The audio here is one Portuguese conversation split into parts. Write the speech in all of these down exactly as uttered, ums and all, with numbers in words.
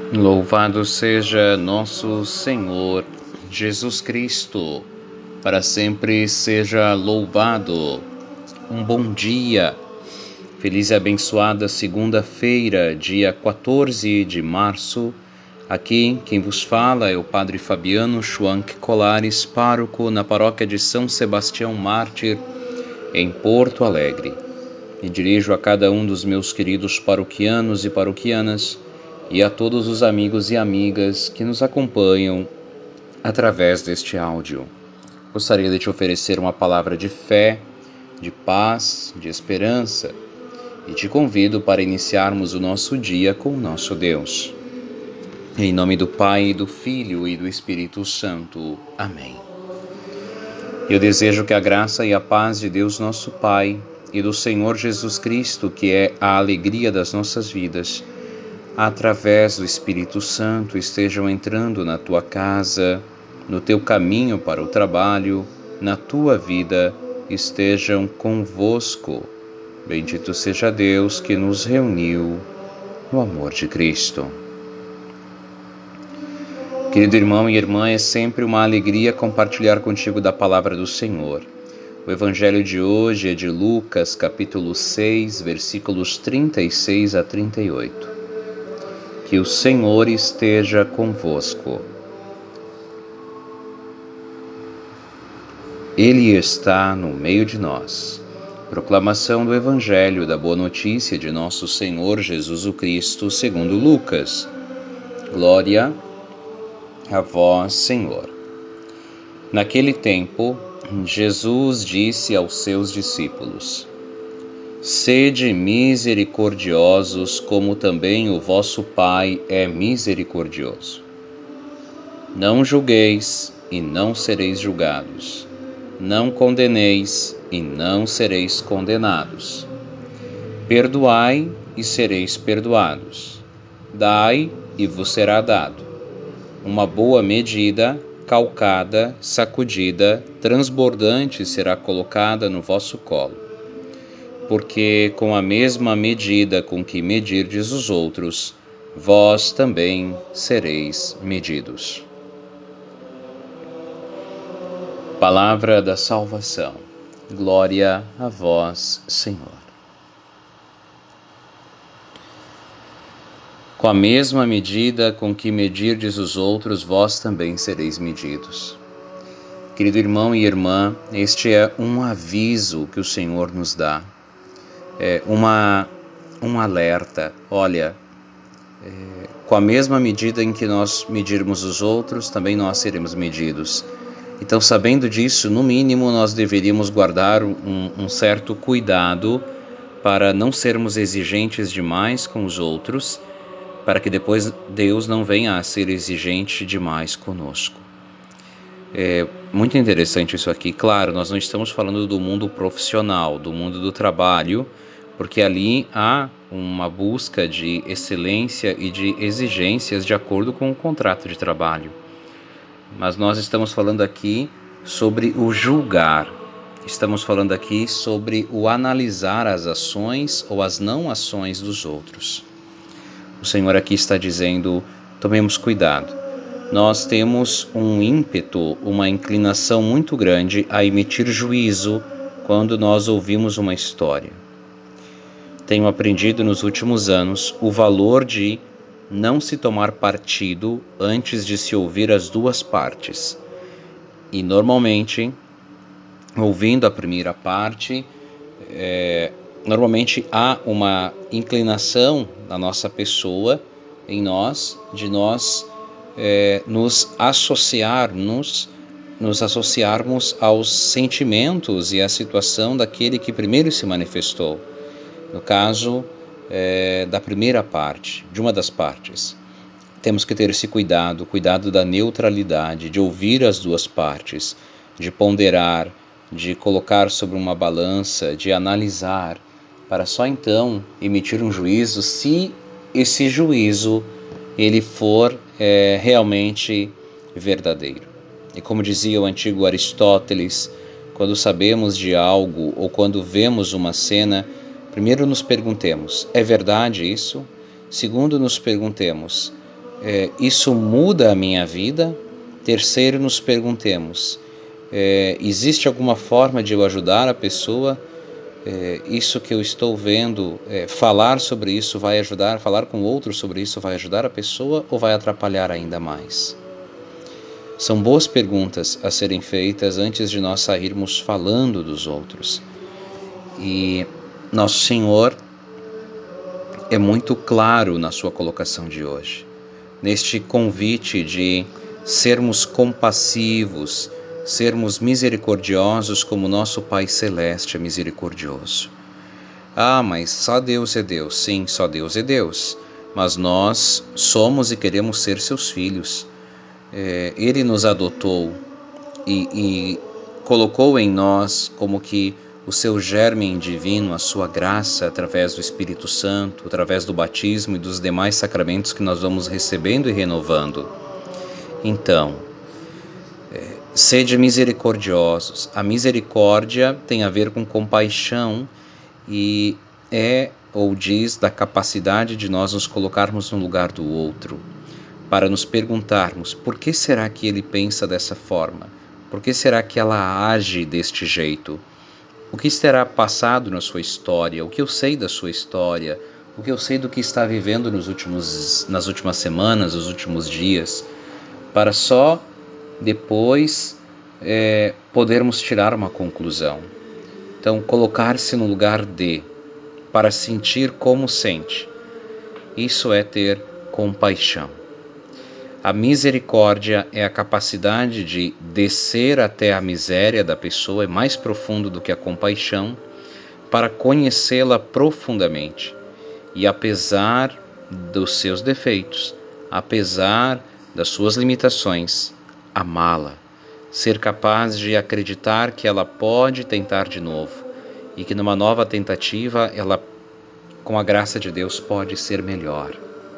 Louvado seja nosso Senhor Jesus Cristo, para sempre seja louvado. Um bom dia, feliz e abençoada segunda-feira, dia quatorze de março. Aqui quem vos fala é o Padre Fabiano Schwank Colares, pároco na paróquia de São Sebastião Mártir, em Porto Alegre. Me dirijo a cada um dos meus queridos paroquianos e paroquianas e a todos os amigos e amigas que nos acompanham através deste áudio. Gostaria de te oferecer uma palavra de fé, de paz, de esperança e te convido para iniciarmos o nosso dia com o nosso Deus. Em nome do Pai, do Filho e do Espírito Santo. Amém. Eu desejo que a graça e a paz de Deus nosso Pai e do Senhor Jesus Cristo, que é a alegria das nossas vidas, através do Espírito Santo, estejam entrando na tua casa, no teu caminho para o trabalho, na tua vida, estejam convosco. Bendito seja Deus que nos reuniu no amor de Cristo. Querido irmão e irmã, é sempre uma alegria compartilhar contigo da palavra do Senhor. O evangelho de hoje é de Lucas, capítulo seis, versículos trinta e seis a trinta e oito. Que o Senhor esteja convosco. Ele está no meio de nós. Proclamação do Evangelho da Boa Notícia de nosso Senhor Jesus o Cristo, segundo Lucas. Glória a vós, Senhor. Naquele tempo, Jesus disse aos seus discípulos: Sede misericordiosos, como também o vosso Pai é misericordioso. Não julgueis, e não sereis julgados. Não condeneis, e não sereis condenados. Perdoai, e sereis perdoados. Dai, e vos será dado. Uma boa medida, calcada, sacudida, transbordante será colocada no vosso colo. Porque com a mesma medida com que medirdes os outros, vós também sereis medidos. Palavra da salvação. Glória a vós, Senhor. Com a mesma medida com que medirdes os outros, vós também sereis medidos. Querido irmão e irmã, este é um aviso que o Senhor nos dá. É uma, um alerta. Olha, é, com a mesma medida em que nós medirmos os outros, também nós seremos medidos. Então, sabendo disso, no mínimo, nós deveríamos guardar um, um certo cuidado para não sermos exigentes demais com os outros, para que depois Deus não venha a ser exigente demais conosco. É muito interessante isso aqui. Claro, nós não estamos falando do mundo profissional, do mundo do trabalho, porque ali há uma busca de excelência e de exigências de acordo com o contrato de trabalho. Mas nós estamos falando aqui sobre o julgar. Estamos falando aqui sobre o analisar as ações ou as não ações dos outros. O Senhor aqui está dizendo, tomemos cuidado. Nós temos um ímpeto, uma inclinação muito grande a emitir juízo quando nós ouvimos uma história. Tenho aprendido nos últimos anos o valor de não se tomar partido antes de se ouvir as duas partes. E normalmente, ouvindo a primeira parte, é, normalmente há uma inclinação na nossa pessoa, em nós, de nós é, nos associarmos, nos associarmos aos sentimentos e à situação daquele que primeiro se manifestou. No caso é, da primeira parte, de uma das partes. Temos que ter esse cuidado, cuidado da neutralidade, de ouvir as duas partes, de ponderar, de colocar sobre uma balança, de analisar, para só então emitir um juízo, se esse juízo ele for é, realmente verdadeiro. E como dizia o antigo Aristóteles, quando sabemos de algo ou quando vemos uma cena, primeiro nos perguntemos, é verdade isso? Segundo nos perguntemos, é, isso muda a minha vida? Terceiro, nos perguntemos, é, existe alguma forma de eu ajudar a pessoa? É, isso que eu estou vendo, é, falar sobre isso vai ajudar, falar com outros sobre isso vai ajudar a pessoa ou vai atrapalhar ainda mais? São boas perguntas a serem feitas antes de nós sairmos falando dos outros. E Nosso Senhor é muito claro na sua colocação de hoje, neste convite de sermos compassivos, sermos misericordiosos como nosso Pai Celeste é misericordioso. Ah, mas só Deus é Deus. Sim, só Deus é Deus. Mas nós somos e queremos ser seus filhos. É, Ele nos adotou e, e colocou em nós como que o seu germe divino, a sua graça, através do Espírito Santo, através do batismo e dos demais sacramentos que nós vamos recebendo e renovando. Então, é, sede misericordiosos. A misericórdia tem a ver com compaixão e é ou diz da capacidade de nós nos colocarmos no lugar do outro, para nos perguntarmos por que será que ele pensa dessa forma? Por que será que ela age deste jeito? O que terá passado na sua história? O que eu sei da sua história? O que eu sei do que está vivendo nos últimos, nas últimas semanas, nos últimos dias? Para só depois é, podermos tirar uma conclusão. Então, colocar-se no lugar de, para sentir como sente. Isso é ter compaixão. A misericórdia é a capacidade de descer até a miséria da pessoa, é mais profundo do que a compaixão, para conhecê-la profundamente. E apesar dos seus defeitos, apesar das suas limitações, amá-la. Ser capaz de acreditar que ela pode tentar de novo e que numa nova tentativa ela, com a graça de Deus, pode ser melhor.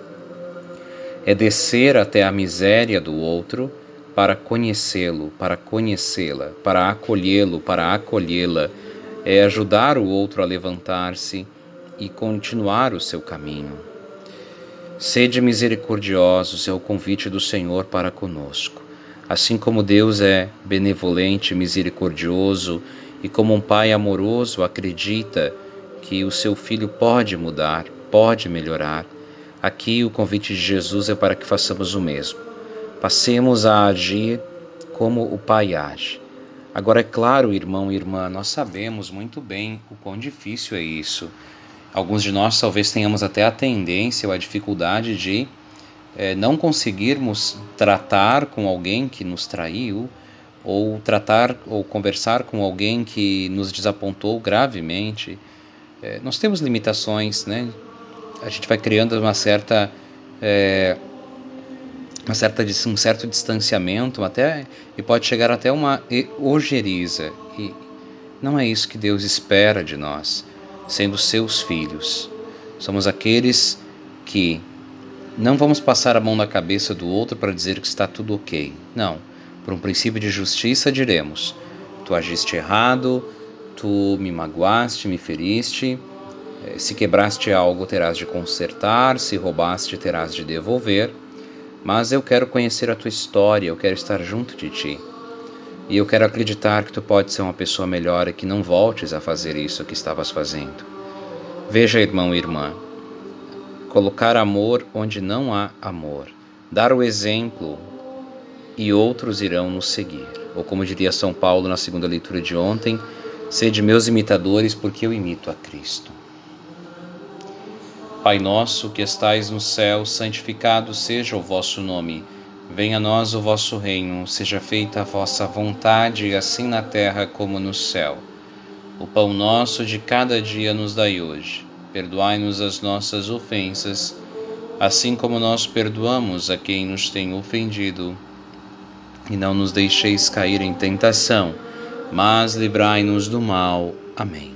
É descer até a miséria do outro para conhecê-lo, para conhecê-la, para acolhê-lo, para acolhê-la. É ajudar o outro a levantar-se e continuar o seu caminho. Sede misericordiosos é o convite do Senhor para conosco. Assim como Deus é benevolente, misericordioso e como um Pai amoroso acredita que o seu Filho pode mudar, pode melhorar, aqui o convite de Jesus é para que façamos o mesmo. Passemos a agir como o Pai age. Agora, é claro, irmão e irmã, nós sabemos muito bem o quão difícil é isso. Alguns de nós talvez tenhamos até a tendência ou a dificuldade de é, não conseguirmos tratar com alguém que nos traiu, ou tratar ou conversar com alguém que nos desapontou gravemente. É, nós temos limitações, né? A gente vai criando uma certa, é, uma certa, um certo distanciamento até, e pode chegar até uma ojeriza. E não é isso que Deus espera de nós, sendo seus filhos. Somos aqueles que não vamos passar a mão na cabeça do outro para dizer que está tudo ok. Não. Por um princípio de justiça diremos: tu agiste errado, tu me magoaste, me feriste, se quebraste algo terás de consertar, se roubaste terás de devolver, mas eu quero conhecer a tua história, eu quero estar junto de ti. E eu quero acreditar que tu podes ser uma pessoa melhor e que não voltes a fazer isso que estavas fazendo. Veja, irmão e irmã, colocar amor onde não há amor, dar o exemplo e outros irão nos seguir. Ou como diria São Paulo na segunda leitura de ontem, sede meus imitadores porque eu imito a Cristo. Pai nosso que estais no céu, santificado seja o vosso nome. Venha a nós o vosso reino, seja feita a vossa vontade, assim na terra como no céu. O pão nosso de cada dia nos dai hoje. Perdoai-nos as nossas ofensas, assim como nós perdoamos a quem nos tem ofendido. E não nos deixeis cair em tentação, mas livrai-nos do mal. Amém.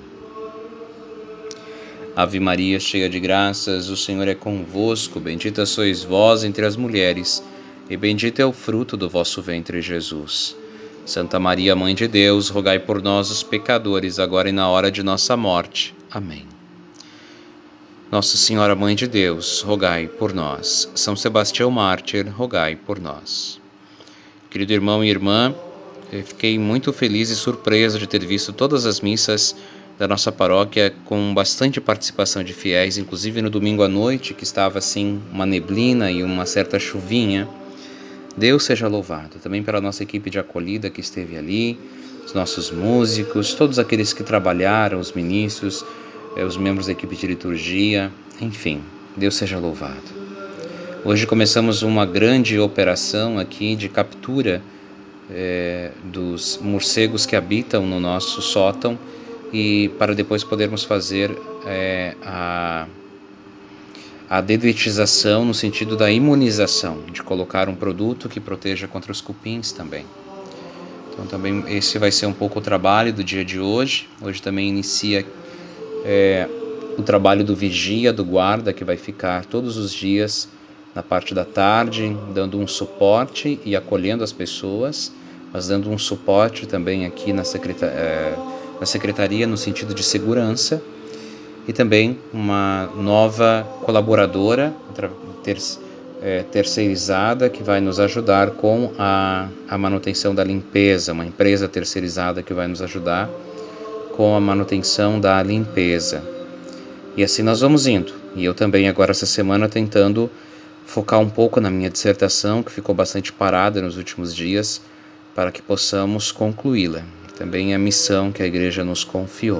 Ave Maria, cheia de graças, o Senhor é convosco. Bendita sois vós entre as mulheres, e bendito é o fruto do vosso ventre, Jesus. Santa Maria, Mãe de Deus, rogai por nós, os pecadores, agora e na hora de nossa morte. Amém. Nossa Senhora Mãe de Deus, rogai por nós. São Sebastião Mártir, rogai por nós. Querido irmão e irmã, eu fiquei muito feliz e surpreso de ter visto todas as missas da nossa paróquia com bastante participação de fiéis, inclusive no domingo à noite, que estava assim uma neblina e uma certa chuvinha. Deus seja louvado, também pela nossa equipe de acolhida que esteve ali, os nossos músicos, todos aqueles que trabalharam, os ministros, os membros da equipe de liturgia, enfim, Deus seja louvado. Hoje começamos uma grande operação aqui de captura é, dos morcegos que habitam no nosso sótão e para depois podermos fazer é, a, a dedetização no sentido da imunização, de colocar um produto que proteja contra os cupins também. Então também esse vai ser um pouco o trabalho do dia de hoje. Hoje também inicia é, o trabalho do vigia, do guarda, que vai ficar todos os dias na parte da tarde, dando um suporte e acolhendo as pessoas, mas dando um suporte também aqui na, secreta, é, na secretaria no sentido de segurança, e também uma nova colaboradora ter, é, terceirizada que vai nos ajudar com a, a manutenção da limpeza, uma empresa terceirizada que vai nos ajudar com a manutenção da limpeza. E assim nós vamos indo. E eu também agora essa semana tentando focar um pouco na minha dissertação, que ficou bastante parada nos últimos dias, para que possamos concluí-la. Também é a missão que a igreja nos confiou.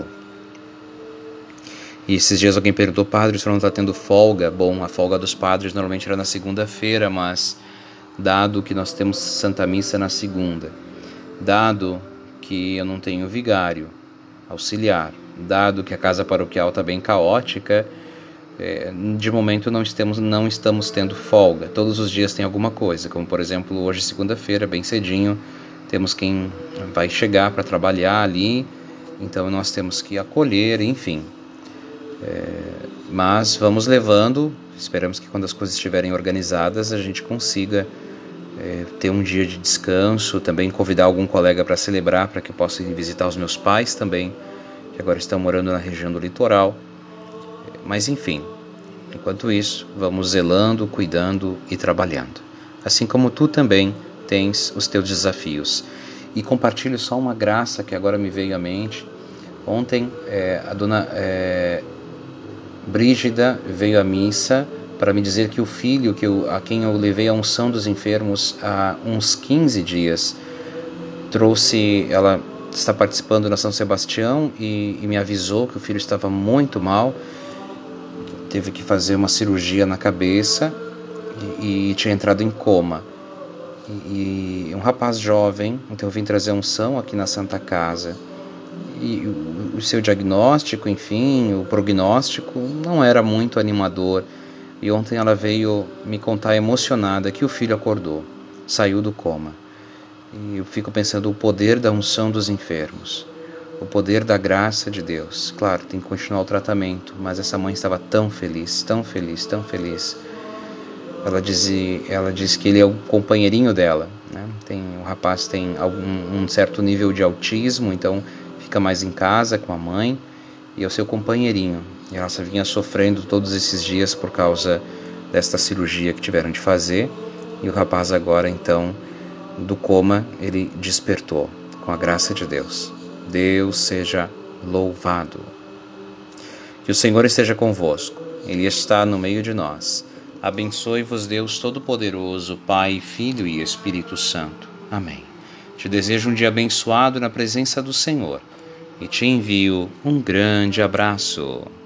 E esses dias alguém perguntou, padre, o senhor não está tendo folga? Bom, a folga dos padres normalmente era na segunda-feira, mas dado que nós temos Santa Missa na segunda, dado que eu não tenho vigário auxiliar, dado que a casa paroquial está bem caótica, é, de momento não estamos, não estamos tendo folga. Todos os dias tem alguma coisa, como por exemplo hoje segunda-feira, bem cedinho, temos quem vai chegar para trabalhar ali, então nós temos que acolher, enfim. É, mas vamos levando, esperamos que quando as coisas estiverem organizadas a gente consiga é, ter um dia de descanso, também convidar algum colega para celebrar, para que eu possa ir visitar os meus pais também, que agora estão morando na região do litoral. Mas enfim, enquanto isso, vamos zelando, cuidando e trabalhando. Assim como tu também tens os teus desafios. E compartilho só uma graça que agora me veio à mente. Ontem é, a dona é, Brígida veio à missa para me dizer que o filho que eu, a quem eu levei a unção dos enfermos há uns quinze dias, trouxe, ela está participando na São Sebastião e, e me avisou que o filho estava muito mal, teve que fazer uma cirurgia na cabeça e, e tinha entrado em coma. E, e um rapaz jovem, então eu vim trazer unção aqui na Santa Casa. E o, o seu diagnóstico, enfim, o prognóstico não era muito animador. E ontem ela veio me contar emocionada que o filho acordou, saiu do coma. E eu fico pensando o poder da unção dos enfermos, o poder da graça de Deus. Claro, tem que continuar o tratamento, mas essa mãe estava tão feliz, tão feliz, tão feliz. Ela diz, ela diz que ele é o companheirinho dela, né? Tem, o rapaz tem algum, um certo nível de autismo, então fica mais em casa com a mãe, e é o seu companheirinho. E ela vinha sofrendo todos esses dias por causa desta cirurgia que tiveram de fazer, e o rapaz agora, então, do coma, ele despertou, com a graça de Deus. Deus seja louvado. Que o Senhor esteja convosco, Ele está no meio de nós. Abençoe-vos Deus Todo-Poderoso, Pai, Filho e Espírito Santo. Amém. Te desejo um dia abençoado na presença do Senhor e te envio um grande abraço.